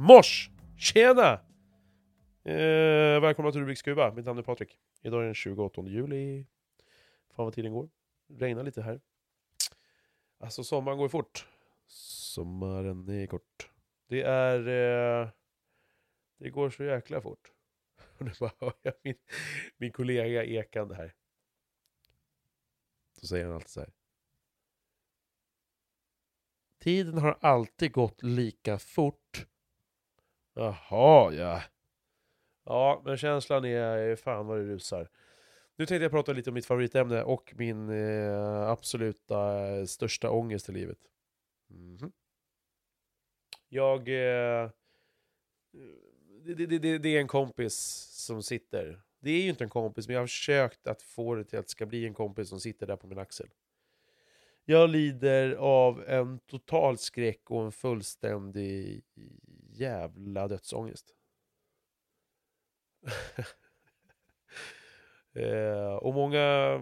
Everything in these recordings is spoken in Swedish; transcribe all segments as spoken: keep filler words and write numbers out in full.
Mors! Tjena! Eh, välkomna till Rubiks Kuba. Mitt namn är Patrik. Idag är den tjugoåttonde juli. Fan vad tiden går. Regnar lite här. Alltså sommaren går fort. Sommaren är kort. Det är... Eh, det går så jäkla fort. Och nu bara hör jag min, min kollega ekande här. Så säger han alltid så här. Tiden har alltid gått lika fort. Jaha, ja. Ja, men känslan är fan vad det rusar. Nu tänkte jag prata lite om mitt favoritämne och min eh, absoluta eh, största ångest i livet. Mm-hmm. Jag... Eh, det, det, det, det är en kompis som sitter. Det är ju inte en kompis, men jag har försökt att få det till att det ska bli en kompis som sitter där på min axel. Jag lider av en total skräck och en fullständig jävla dödsångest. eh, och många...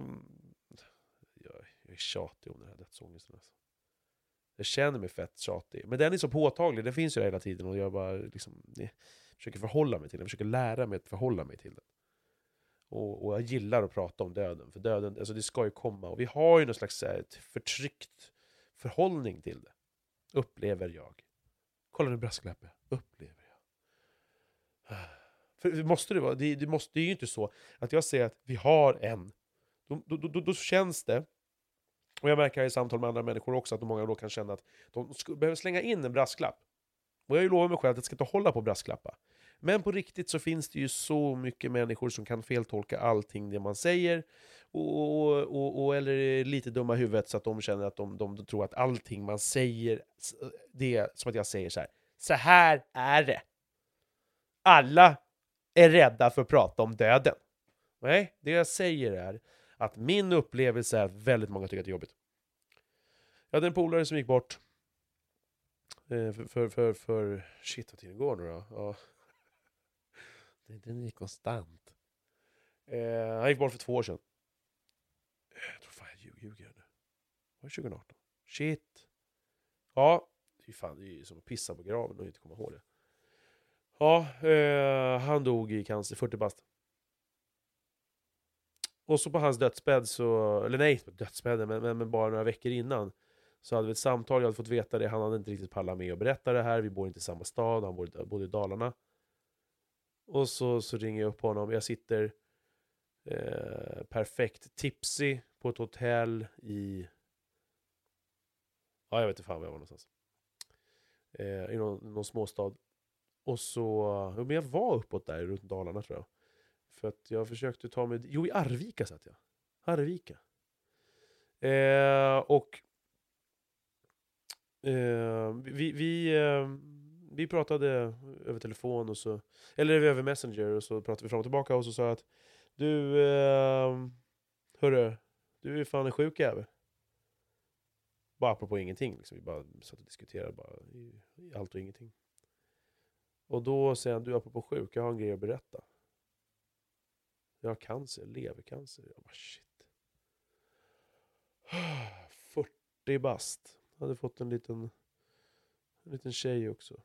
Jag, jag är tjatig om den här dödsångesten. Alltså. Jag känner mig fett tjatig. Men den är så påtaglig, den finns ju hela tiden. Och jag bara liksom, jag försöker förhålla mig till den. Jag försöker lära mig att förhålla mig till den. Och, och jag gillar att prata om döden. För döden, alltså det ska ju komma. Och vi har ju någon slags här, ett förtryckt förhållning till det. Upplever jag. Kolla nu brasklappen. Upplever jag. För måste det vara, det, det måste det är ju inte så att jag säger att vi har en. Då, då, då, då känns det. Och jag märker i samtal med andra människor också att många då kan känna att de behöver slänga in en brasklapp. Och jag har ju lovat mig själv att jag ska inte hålla på att brasklappa. Men på riktigt så finns det ju så mycket människor som kan feltolka allting det man säger. Och, och, och, och eller är lite dumma i huvudet så att de känner att de, de, de tror att allting man säger, det är som att jag säger så här. Så här är det. Alla är rädda för att prata om döden. Nej, det jag säger är att min upplevelse är att väldigt många tycker att det är jobbigt. Jag hade en polare som gick bort. Eh, för, för, för, för... Shit, vad tiden går nu då. Ja. Den är konstant. Eh, han gick bort för två år sedan. Jag tror fan jag ljuger nu. Var det tjugo arton? Shit. Ja, det är, fan, det är som att pissa på graven och inte komma ihåg det. Ja, eh, han dog i cancer, fyrtio bast. Och så på hans dödsbädd så... Eller nej, dödsbädden, men, men, men bara några veckor innan. Så hade vi ett samtal, jag hade fått veta det. Han hade inte riktigt pallat med att berätta det här. Vi bor inte i samma stad, han bodde, bodde i Dalarna. Och så, så ringer jag upp honom. Jag sitter eh, perfekt tipsy på ett hotell i... Ja, jag vet inte fan var jag var någonstans. Eh, I någon, någon småstad. Och så... Ja, men jag var uppåt där runt Dalarna tror jag. För att jag försökte ta mig... Jo, i Arvika satt jag. Arvika. Eh, och... Eh, vi, vi, eh, vi pratade över telefon och så... Eller över Messenger och så pratade vi fram och tillbaka och så sa jag att... Du... Eh, hörru, du är fan en sjuk jävel. Bara apropå ingenting. Liksom. Vi bara satt och diskuterade bara i, i allt och ingenting. Och då säger han, du är apropå sjuk, jag har en grej att berätta. Jag har cancer, levercancer. Jag bara shit. fyrtio bast. Jag hade fått en liten en liten tjej också.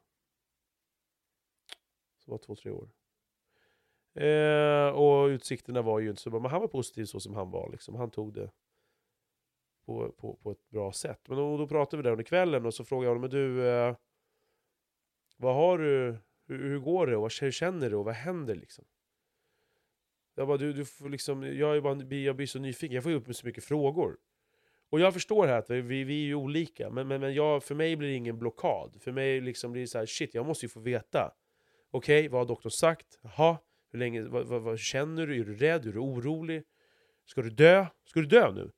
Som var två, tre år. Eh, och utsikterna var ju inte så bra. Men han var positiv så som han var. Liksom. Han tog det på, på, på ett bra sätt. Men då, då pratade vi där under kvällen och så frågade jag honom, men du, eh, vad har du, hur, hur går det och vad känner du och vad händer liksom? Jag bara, du, du får liksom, jag är bara, jag blir så nyfiken, jag får ju upp med så mycket frågor. Och jag förstår här att vi, vi, vi är ju olika, men, men, men jag, för mig blir det ingen blockad. För mig liksom blir det så här, shit, jag måste ju få veta. Okej, okay, vad har doktorn sagt? Jaha, hur länge, vad, vad, vad känner du? Är du rädd? Är du orolig? Ska du dö? Ska du dö nu?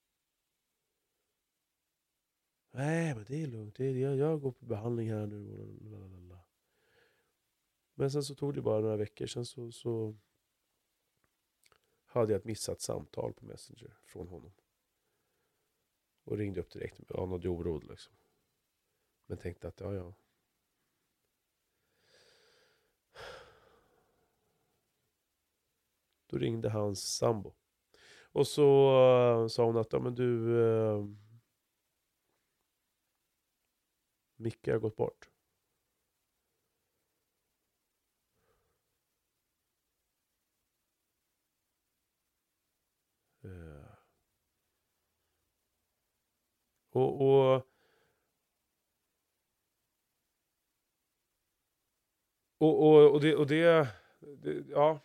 Nej, men det är lugnt. Det är, jag, jag går på behandling här nu. Lalalala. Men sen så tog det bara några veckor. Sen så, så hade jag ett missat samtal på Messenger från honom. Och ringde upp direkt. Han hade orolig liksom. Men tänkte att, ja, ja. Då ringde hans sambo. Och så uh, sa hon att, ja men du... Uh, Micke har gått bort. Och, och, och, och, och det, och det, det ja.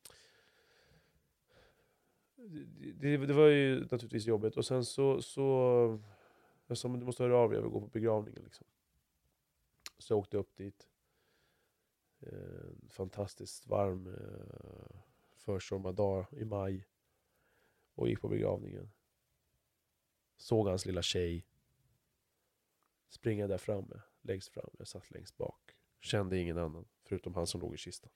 Det, det, det var ju naturligtvis jobbigt. Och sen så, så jag sa, men du måste höra av dig, jag vill gå på begravningen liksom. Så jag åkte upp dit. Eh, fantastiskt varm eh, försommardag i maj. Och gick på begravningen. Såg hans lilla tjej springa där framme, längst fram. Jag satt längst bak. Kände ingen annan, förutom han som låg i kistan.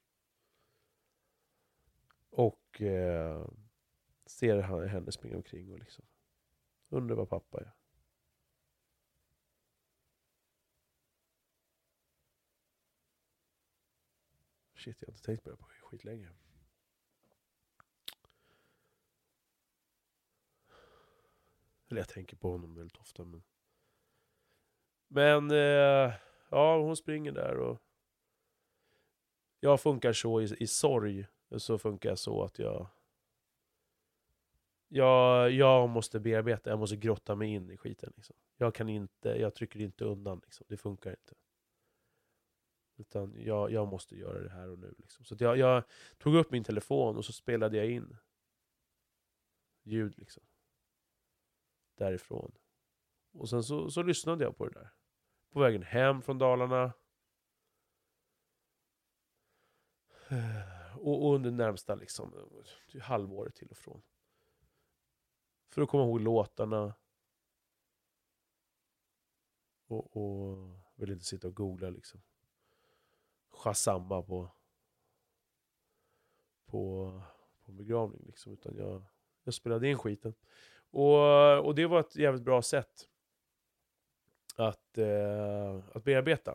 Och eh, ser han, henne springa omkring och liksom undrar vad pappa är. Shit, jag har inte tänkt på det på skitlänge. Eller jag tänker på honom väldigt ofta. Men, men eh, ja, hon springer där. Och jag funkar så i, i sorg. Så funkar jag så att jag, jag jag måste bearbeta. Jag måste grotta mig in i skiten liksom. Jag kan inte, jag trycker inte undan liksom. Det funkar inte. Utan jag, jag måste göra det här och nu liksom. Så att jag, jag tog upp min telefon och så spelade jag in ljud liksom. Därifrån. Och sen så, så lyssnade jag på det där. På vägen hem från Dalarna. Och, och under närmsta liksom halvåret till och från. För att komma ihåg låtarna. Och, och vill inte sitta och googla liksom. Chassamma på på på begravning liksom. Utan jag, jag spelade in skiten. Och, och det var ett jävligt bra sätt att, eh, att bearbeta.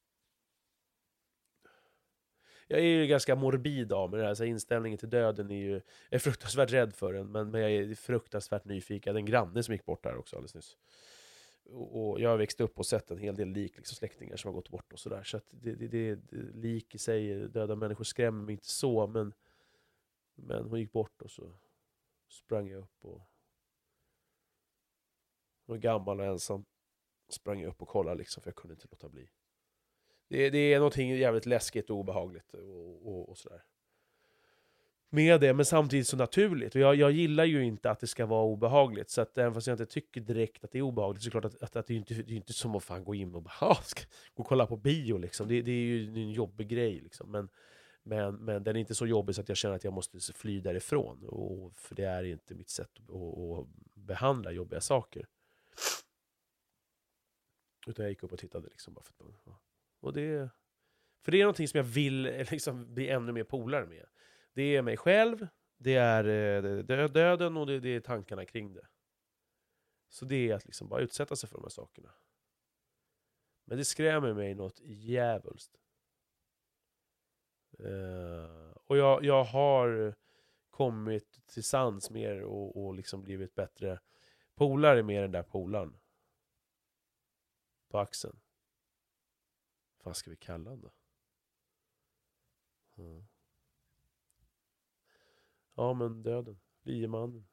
Jag är ju ganska morbid av med det här. Så inställningen till döden är ju... Jag är fruktansvärt rädd för den. Men, men jag är fruktansvärt nyfiken. Jag hade en granne som gick bort där också alldeles nyss. Och, och jag har växt upp och sett en hel del lik. Liksom släktingar som har gått bort och sådär. Så att det, det, det, det, lik i sig, döda människor skrämmer mig inte så. Men, men hon gick bort och så sprang jag upp och... Hon var gammal och ensam. Sprang jag upp och kollade liksom. För jag kunde inte låta bli. Det, det är någonting jävligt läskigt och obehagligt och, och, och sådär. Med det, men samtidigt så naturligt. Och jag, jag gillar ju inte att det ska vara obehagligt. Så att även fast jag inte tycker direkt att det är obehagligt, så är det klart att, att, att det är inte det är inte som att fan gå in och bara, ska gå och kolla på bio liksom. Det, det är ju en jobbig grej liksom. Men, men, men den är inte så jobbig så att jag känner att jag måste fly därifrån. Och, för det är inte mitt sätt att, att behandla jobbiga saker. Utan jag gick upp och tittade liksom bara för att, ja. Och det, för det är någonting som jag vill liksom bli ännu mer polare med. Det är mig själv, det är eh, döden och det, det är tankarna kring det. Så det är att liksom bara utsätta sig för de här sakerna. Men det skrämmer mig något djävulskt. Uh, och jag, jag har kommit till sans mer och, och liksom blivit bättre polare med den där polaren. På axeln. Vad ska vi kalla den då? Mm. Ja, men döden. Liemannen.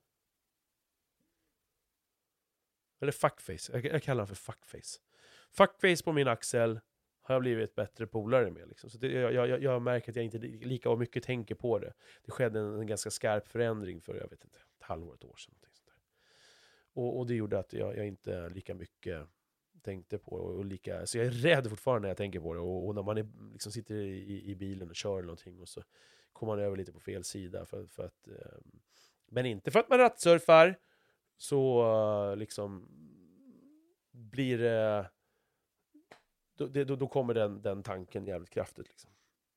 Eller fuckface. Jag, jag kallar den för fuckface. Fuckface på min axel har jag blivit bättre polare med. Liksom. Så det, jag, jag, jag märker att jag inte lika mycket tänker på det. Det skedde en, en ganska skarp förändring för, jag vet inte, ett halvår, ett år sedan. Sånt där. Och, och det gjorde att jag, jag inte lika mycket tänkte på det. Och lika, så jag är rädd fortfarande när jag tänker på det. Och, och när man är, liksom sitter i, i bilen och kör eller någonting och så kommer man över lite på fel sida. För, för att, eh, men inte för att man rattsurfar. Så uh, liksom blir det... Då, det, då, då kommer den, den tanken jävligt kraftigt liksom.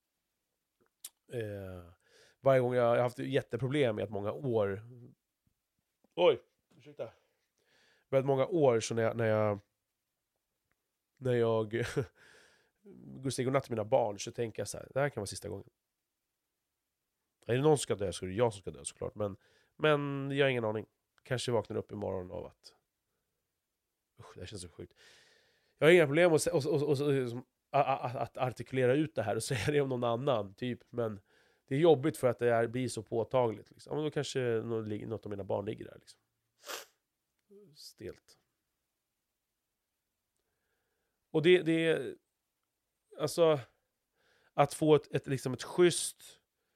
Eh, varje gång jag, jag har haft jätteproblem i att många år... Oj, ursäkta. Det har varit många år så när jag... När jag, när jag går och godnatt till mina barn så tänker jag så här: det här kan vara sista gången. Är det någon som ska dö så är det jag som ska dö såklart. Men, men jag har ingen aning. Kanske vaknar upp imorgon av att... Usch, det här känns så sjukt. Jag har inga problem att, och, och, och, och, att, att artikulera ut det här och säga det om någon annan typ, men det är jobbigt för att det är, blir så påtagligt liksom. Ja, men då kanske något, något av mina barn ligger där liksom. Stelt. Och det, det är... Alltså... Att få ett, ett, liksom ett schysst,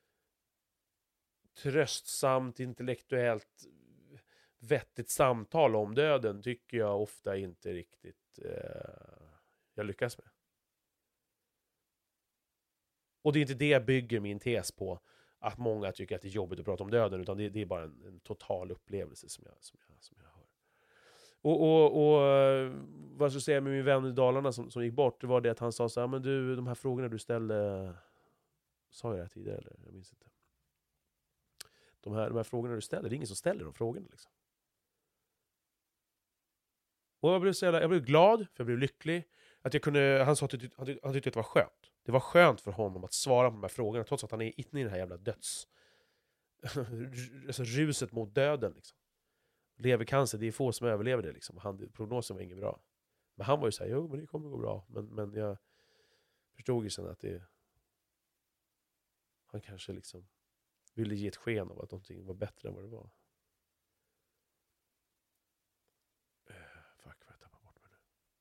tröstsamt, intellektuellt vettigt samtal om döden tycker jag ofta inte riktigt eh, jag lyckas med. Och det är inte det jag bygger min tes på, att många tycker att det är jobbigt att prata om döden, utan det, det är bara en, en total upplevelse som jag, som jag, som jag hör. Och, och, och vad ska jag säga med min vän i Dalarna som, som gick bort, det var det att han sa så här: men du, de här frågorna du ställde, sa jag det här tidigare eller? Jag minns inte. De här, de här frågorna du ställer, det är ingen som ställer de frågorna liksom. Och jag blev, så jävla, jag blev glad, för jag blev lycklig att jag kunde, han sa att han tyckte, han tyckte att det var skönt. Det var skönt för honom att svara på de här frågorna, trots att han är inne i den här jävla döds alltså ruset mot döden liksom. Levercancer, det är få som överlever det liksom. Han, prognosen var inget bra. Men han var ju såhär, jo men det kommer gå bra. Men, men jag förstod ju sen att det, han kanske liksom ville ge ett sken av att någonting var bättre än vad det var. Uh, fuck, vad jag tappar bort mig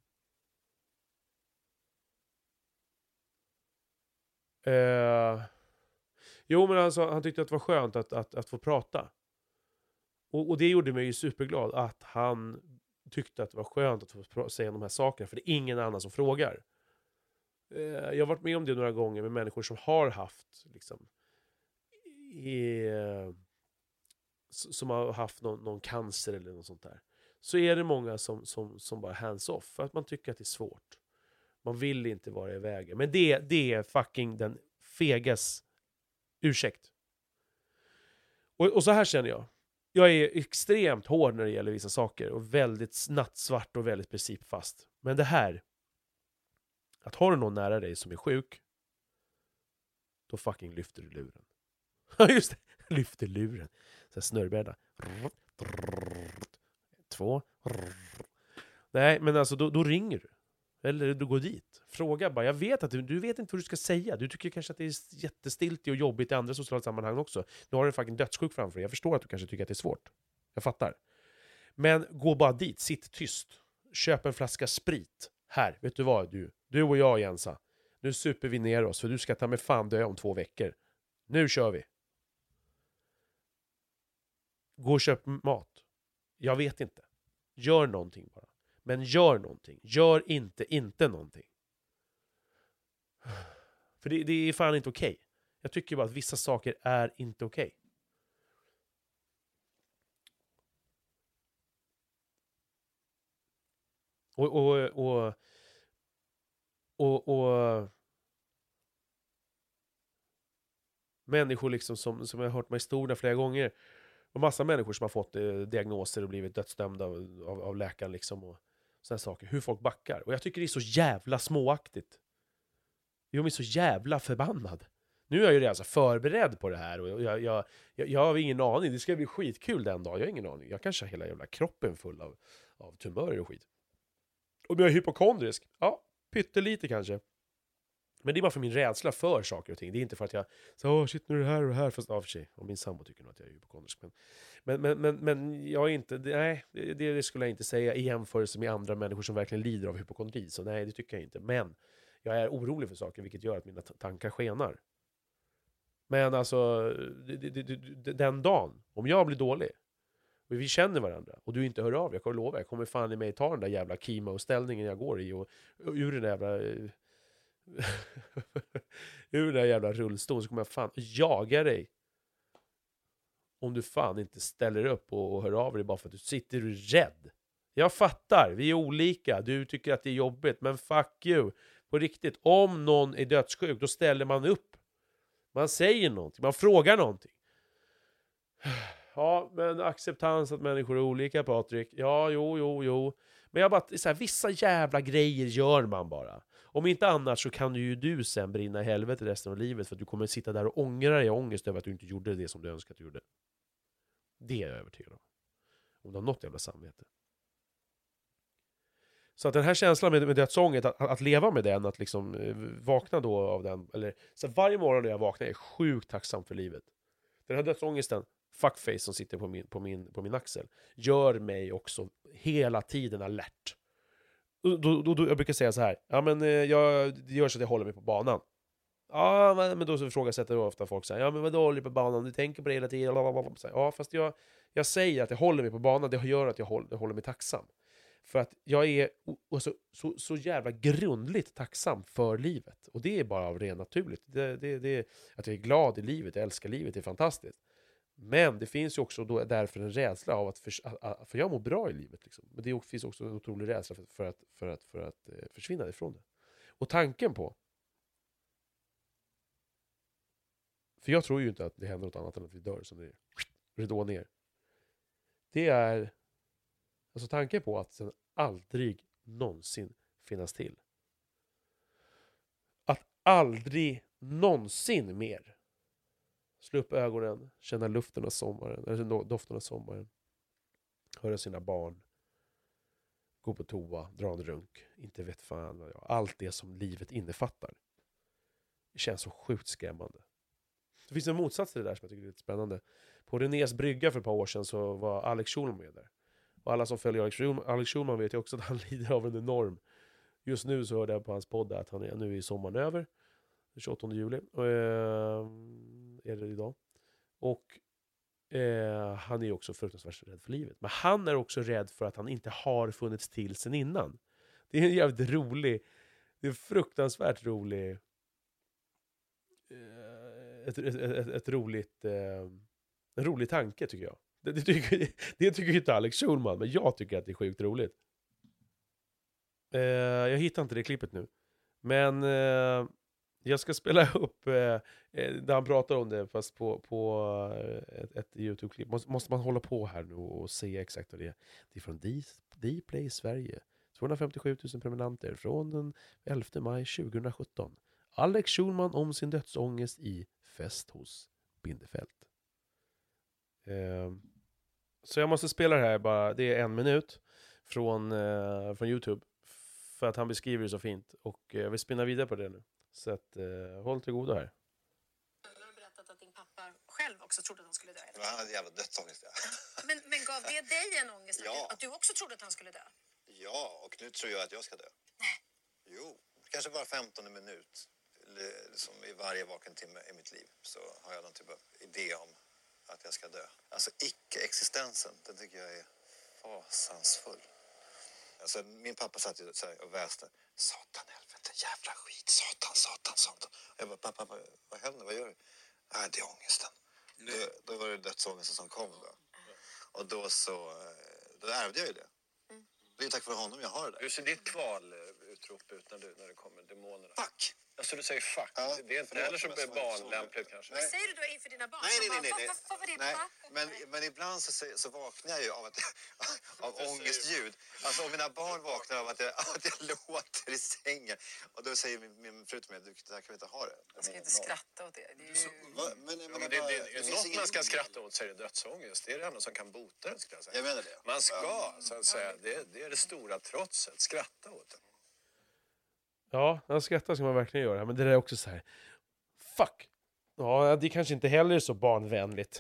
nu. Uh, jo men alltså, han tyckte att det var skönt att, att, att få prata. Och, och det gjorde mig ju superglad att han tyckte att det var skönt att få säga de här sakerna. För det är ingen annan som frågar. Uh, jag har varit med om det några gånger med människor som har haft liksom i, som har haft någon, någon cancer eller något sånt där. Så är det många som, som, som bara hands off. För att man tycker att det är svårt. Man vill inte vara i vägen. Men det, det är fucking den fegas ursäkt. Och, och så här känner jag. Jag är extremt hård när det gäller vissa saker. Och väldigt nattsvart och väldigt principfast. Men det här. Att har du någon nära dig som är sjuk. Då fucking lyfter du luren. Ja just det. Lyfter luren. Så här snurrbräda. Två. Nej men alltså då, då ringer du. Eller du går dit. Fråga bara. Jag vet att du, du vet inte vad du ska säga. Du tycker kanske att det är jättestiltigt och jobbigt i andra sociala sammanhang också. Nu har du en fucking dödssjuk framför dig. Jag förstår att du kanske tycker att det är svårt. Jag fattar. Men gå bara dit. Sitt tyst. Köp en flaska sprit. Här, vet du vad du? Du och jag Jensa. Nu super vi ner oss. För du ska ta med fan dö om två veckor. Nu kör vi. Gå och köp mat. Jag vet inte. Gör någonting bara. Men gör någonting. Gör inte inte någonting. För det, det är fan inte okej. Okay. Jag tycker bara att vissa saker är inte okej. Okay. Och, och, och, och, och människor liksom som, som jag har hört mig historia flera gånger. Och massa människor som har fått eh, diagnoser och blivit dödsdömda av, av, av läkaren liksom och sådana saker. Hur folk backar. Och jag tycker det är så jävla småaktigt. Jag är så jävla förbannad. Nu är jag ju redan så förberedd på det här. Och jag, jag, jag, jag har ingen aning. Det ska bli skitkul den dagen. Jag har ingen aning. Jag kanske har hela jävla kroppen full av, av tumörer och skit. Och jag är hypokondrisk. Ja, pyttelite kanske. Men det är bara för min rädsla för saker och ting. Det är inte för att jag så åh shit nu är det här och det här. Fast av sig. Och min sambo tycker nog att jag är hypokondrisk. Men, men, men, men, men jag är inte, nej det, det skulle jag inte säga i jämförelse med andra människor som verkligen lider av hypokondri. Så nej det tycker jag inte. Men jag är orolig för saker vilket gör att mina tankar skenar. Men alltså det, det, det, den dagen, om jag blir dålig och vi känner varandra och du inte hör av, jag kommer lova, jag kommer fan i mig ta den där jävla chemo-ställningen jag går i och, och ur den där jävla ur den där jävla rullstol så kommer jag fan jaga dig om du fan inte ställer upp och, och hör av dig bara för att du sitter och är rädd. Jag fattar, vi är olika, du tycker att det är jobbigt, men fuck you. På riktigt, om någon är dödssjuk då ställer man upp. Man säger någonting, man frågar någonting. Ja, men acceptans att människor är olika, Patrik. Ja, jo, jo, jo. Men jag bara, så här, vissa jävla grejer gör man bara. Om inte annars så kan ju du sen brinna i helvete resten av livet för att du kommer sitta där och ångra dig ångest över att du inte gjorde det som du önskade att du gjorde. Det är jag övertygad om. Om du har något jävla samvete. Så att den här känslan med, med dödsångest, att, att leva med den, att liksom eh, vakna då av den, eller så varje morgon när jag vaknar är jag sjukt tacksam för livet. Den här dödsångesten, fuckface som sitter på min, på min, på min axel, gör mig också hela tiden alert. Då, då, då, då, jag brukar säga så här. Ja, men eh, jag det gör så att jag håller mig på banan. Ja, men, men då så ifrågasätter ofta folk så här, ja men vadå håller du på banan? Du tänker på det hela tiden. Blablabla. Så här, ja, fast jag, jag säger att jag håller mig på banan. Det gör att jag håller, jag håller mig tacksam. För att jag är och så, så, så jävla grundligt tacksam för livet. Och det är bara av ren naturligt. Det, det, det, att jag är glad i livet, jag älskar livet, det är fantastiskt. Men det finns ju också då därför en rädsla av att, för, för jag mår bra i livet. Liksom. Men det finns också en otrolig rädsla för, för, att, för, att, för att försvinna ifrån det. Och tanken på, för jag tror ju inte att det händer något annat än att vi dör som det är. Ridå ner. Det är alltså tanken på att sen aldrig någonsin finnas till. Att aldrig någonsin mer slå upp ögonen, känna luften av sommaren, eller doften av sommaren, höra sina barn, gå på toa, dra en runk, inte vet fan vad jag. Allt det som livet innefattar. Det känns så sjukt skrämmande. Det finns en motsats till det där som jag tycker är lite spännande. På Renés brygga för ett par år sedan så var Alex Schulman med där. Och alla som följer Alex Schulman, Alex Schulman vet ju också att han lider av en enorm. Just nu så hörde jag på hans podd att han är nu i sommaren över. Den tjugoåttonde juli. Och, eh, är det idag. Och eh, han är ju också fruktansvärt rädd för livet. Men han är också rädd för att han inte har funnits till sen innan. Det är en jävligt rolig, det är fruktansvärt rolig Ett, ett, ett, ett roligt eh, en rolig tanke tycker jag. Det, det, tycker, det tycker inte Alex Schulman, men jag tycker att det är sjukt roligt. Eh, jag hittar inte det klippet nu. Men eh, jag ska spela upp eh, där han pratar om det, fast på, på ett, ett YouTube-klipp. Måste, måste man hålla på här nu och se exakt vad det är. Det är från Dplay Sverige. tvåhundrafemtiosju tusen prenumeranter från den elfte maj tjugohundrasjutton. Alex Schulman om sin dödsångest i Fest hos Bindefält. Eh, så jag måste spela det här bara. Det är en minut från, eh, från YouTube. För att han beskriver det så fint. Och eh, vi spinner vidare på det nu. Så att, eh, håll till goda här. Du har berättat att din pappa själv också trodde att han skulle dö. Men han hade jävla dödsångest, ja. men, men gav det dig en ångest? Ja. Att du också trodde att han skulle dö? Ja, och nu tror jag att jag ska dö. Nej. Jo, kanske var femtonde minut. Liksom i varje vaken timme i mitt liv så har jag någon typ av idé om att jag ska dö. Alltså icke-existensen, den tycker jag är fasansfull. Alltså min pappa satt ju så här och väste. Satan, helvete, jävla skit, satan, satan, satan. Jag bara, pappa, vad, vad händer, vad gör du? Nej, det är ångesten. Då, då var det dödsångesten som kom då. Och då så, då ärvde jag ju det. Det är tack vare honom jag har det där. Hur ser ditt kvalutrop ut när, du, när det kommer demonerna? Fuck! Alltså du säger fuck. Ja, det är inte heller så barnlämpligt kanske. Vad säger du då inför dina barn? Nej, nej, nej. nej, Bara, nej. Vad, vad var det? nej. Va? Men, men ibland så, så vaknar jag ju av, att, av ångestljud. Alltså om mina barn vaknar av att jag, av att jag låter i sängen. Och då säger min, min fru till mig, du kan vi inte ha det. Man ska inte skratta åt det. Det är ju... Så, va? Men, men, Ja, men det, bara, det, det det, finns något ingen- man ska skratta åt så är det dödsångest. Det är det enda som kan bota den, skulle jag säga. Jag menar det. Man ska, Ja. så att säga, det, det är det stora trotset. Skratta åt den. Ja, när skrattar ska man verkligen göra. Men det där är också så här. Fuck! Ja, det kanske inte heller är så barnvänligt.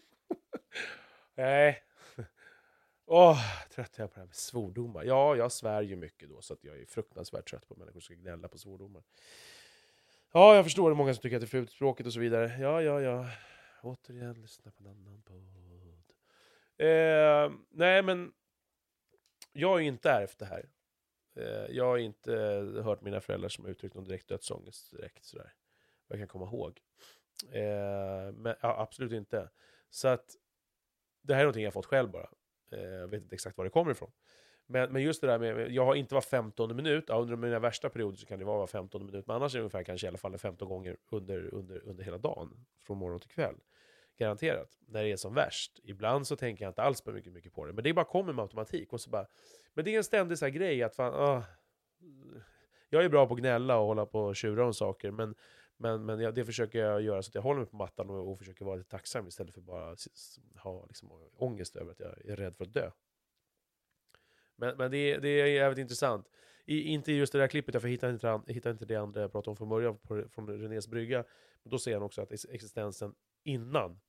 Nej. Åh, oh, trött jag på det här med svordomar. Ja, jag svär ju mycket då, så att jag är fruktansvärt trött på människor som ska gnälla på svordomar. Ja, jag förstår det, många som tycker att det är fulspråkigt och så vidare. Ja, ja, ja. Återigen, lyssna på en annan podd. Eh, nej, men jag är inte ärvt det här. Eh, jag har inte hört mina föräldrar som har uttryckt någon direkt dödsångest direkt sådär. Jag kan komma ihåg. Eh, men ja, absolut inte. Så att det här är någonting jag har fått själv bara. Eh, jag vet inte exakt var det kommer ifrån. Men, men just det där med, jag har inte var femtonde minut. Ja, under mina värsta perioder så kan det vara var femtonde minut. Men annars är det ungefär kanske i alla fall femton gånger under, under, under hela dagen. Från morgon till kväll. Garanterat. När det är som värst. Ibland så tänker jag inte alls på mycket, mycket på det. Men det bara kommer med automatik. Och så bara, men det är en ständig så här grej att fan, åh, jag är bra på att gnälla och hålla på och tjura om saker. Men, men, men jag, det försöker jag göra så att jag håller mig på mattan och, och försöker vara lite tacksam istället för bara ha liksom, ångest över att jag är rädd för att dö. Men, men det, det är jävligt intressant. I, inte just det där klippet, jag hittar inte, jag hittar inte det andra jag pratade om från början på, från Renés brygga. Men då säger han också att existensen innan,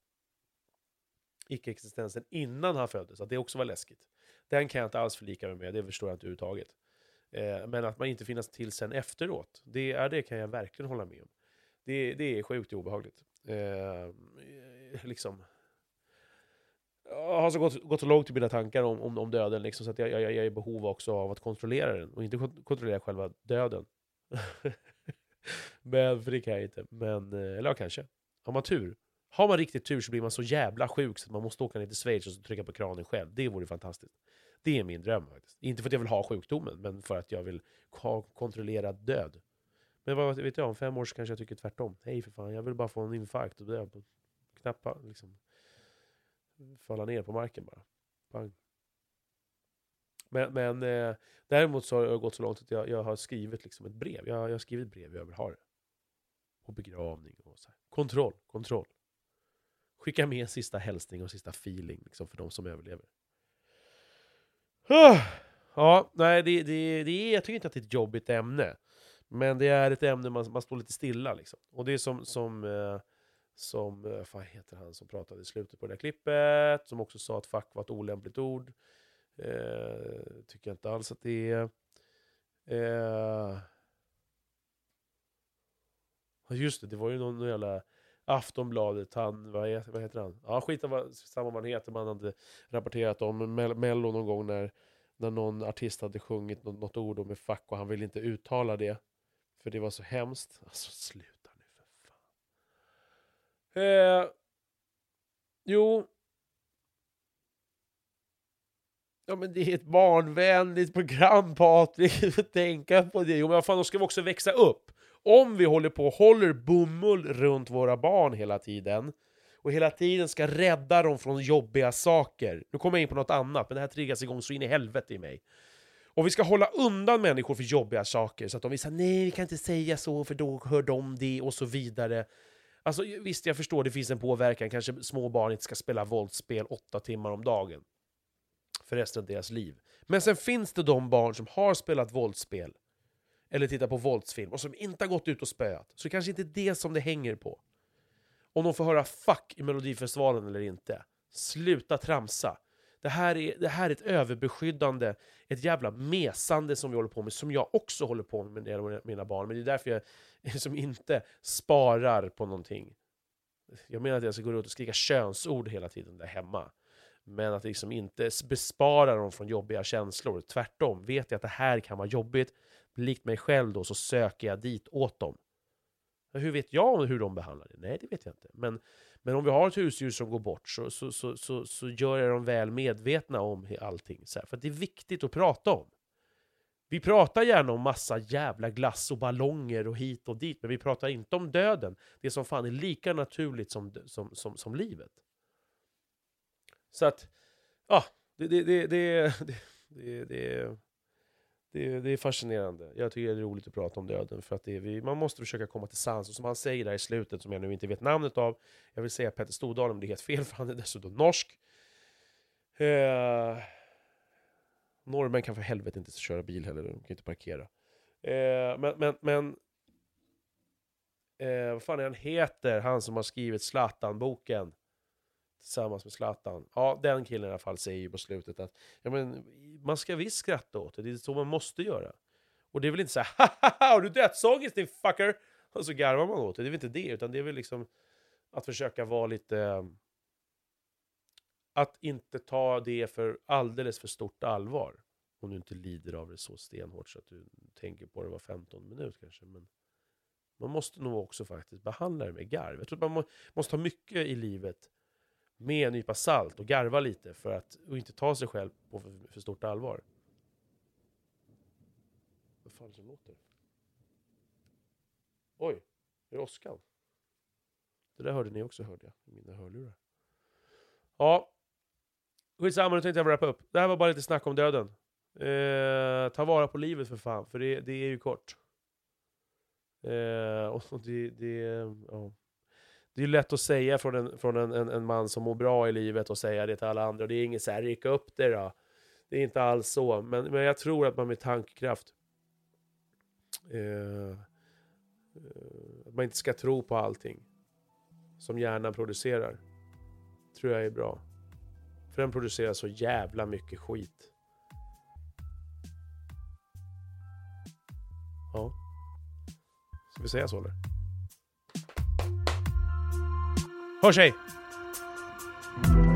icke-existensen innan han föddes, att det också var läskigt. Den kan jag inte alls förlika mig med, det förstår jag inte överhuvudtaget. Eh, men att man inte finns till sen efteråt, det, är, det kan jag verkligen hålla med om. Det, det är sjukt obehagligt. Eh, liksom... Jag har så gått, gått så långt i mina tankar om, om, om döden liksom, så att jag, jag, jag är i behov också av att kontrollera den. Och inte kontrollera själva döden. Men, för det kan jag inte. Men, eller ja, kanske. Har man tur. Har man riktigt tur så blir man så jävla sjuk så att man måste åka ner till Schweiz och trycka på kranen själv. Det vore fantastiskt. Det är min dröm faktiskt. Inte för att jag vill ha sjukdomen, men för att jag vill ha kontrollerad död. Men vad vet jag, om fem år så kanske jag tycker tvärtom. Hej för fan, jag vill bara få en infarkt och dö på knappa liksom. Falla ner på marken bara. Bang. Men, men eh, däremot så har jag gått så långt att jag, jag har skrivit liksom ett brev. Jag, jag har skrivit brev över har det. Och begravning och så här. Kontroll, kontroll. Skicka med en sista hälsning och sista feeling liksom, för de som överlever. Ja, nej, det, det, det är, jag tycker inte att det är ett jobbigt ämne. Men det är ett ämne man, man står lite stilla liksom. Och det är som... som eh, Som, vad heter han som pratade i slutet på det här klippet, som också sa att fuck var ett olämpligt ord. Eh, tycker jag inte alls att det är. Eh, just det, det var ju någon jävla Aftonbladet, han, vad heter, vad heter han? Ja, skit vad, samma vad han heter, man hade rapporterat om Mel- Mello någon gång när, när någon artist hade sjungit något, något ord om fuck och han ville inte uttala det. För det var så hemskt. Alltså, sluta. Eh, jo. Ja, men det är ett barnvänligt program, Patrik. Du får tänka på det. Jo, men fan, då ska vi också växa upp. Om vi håller på och håller bomull runt våra barn hela tiden och hela tiden ska rädda dem från jobbiga saker. Nu kommer jag in på något annat, men det här triggas igång så in i helvete i mig. Och vi ska hålla undan människor för jobbiga saker så att de vill säga nej, vi kan inte säga så för då hör de det och så vidare. Alltså visst, jag förstår, det finns en påverkan. Kanske små barn inte ska spela våldsspel åtta timmar om dagen för resten av deras liv. Men sen finns det de barn som har spelat våldsspel eller tittat på våldsfilm och som inte har gått ut och spöat. Så det kanske inte är det som det hänger på. Om de får höra fuck i Melodifestivalen eller inte. Sluta tramsa. Det här är, det här är ett överbeskyddande, ett jävla mesande som vi håller på med, som jag också håller på med med mina barn. Men det är därför jag som inte sparar på någonting. Jag menar att jag ska gå ut och skrika könsord hela tiden där hemma. Men att liksom inte bespara dem från jobbiga känslor. Tvärtom, vet jag att det här kan vara jobbigt. Likt mig själv då så söker jag dit åt dem. Hur vet jag hur de behandlar det? Nej, det vet jag inte. Men, men om vi har ett husdjur som går bort så, så, så, så, så gör jag dem väl medvetna om allting. Så här, för det är viktigt att prata om. Vi pratar gärna om massa jävla glass och ballonger och hit och dit. Men vi pratar inte om döden. Det som fan är lika naturligt som, som, som, som livet. Så att, ja, det, det, det, det, det, det, det, det, det är fascinerande. Jag tycker det är roligt att prata om döden. För att det är, vi, man måste försöka komma till sans. Och som han säger där i slutet, som jag nu inte vet namnet av. Jag vill säga Petter Stordalen, men det är helt fel för han är dessutom norsk. Eh... Norrmän kan för helvete inte köra bil heller, de kan inte parkera. Eh, men, men, men eh, vad fan är han heter? Han som har skrivit Zlatan-boken tillsammans med Zlatan. Ja, den killen i alla fall säger ju på slutet att ja, men, man ska visst skratta åt det, det är så man måste göra. Och det är väl inte så här, haha, har du dödsångest din fucker? Och så garvar man åt det, det är väl inte det, utan det är väl liksom att försöka vara lite... Eh, att inte ta det för alldeles för stort allvar. Om du inte lider av det så stenhårt så att du tänker på det var femton minuter kanske. Men man måste nog också faktiskt behandla det med garv. Jag tror att man må, måste ha mycket i livet med en nypa salt och garva lite för att och inte ta sig själv på för, för stort allvar. Vad fan som låter? Oj, är det åskan? Det där hörde ni också, hörde jag i mina hörlurar. Ja, skitsamma, nu tänkte jag wrappa upp. Det här var bara lite snack om döden. Eh, ta vara på livet för fan, för det, det är ju kort. Eh, och det, det, ja. det är lätt att säga från, en, från en, en, en man som mår bra i livet och säga det till alla andra. Och det är inget så här, rycka upp det då. Det är inte alls så. Men, men jag tror att man med tankekraft eh, att man inte ska tro på allting som hjärnan producerar. Tror jag är bra. För den producerar så jävla mycket skit. Ja. Ska vi säga så eller? Hörs hej!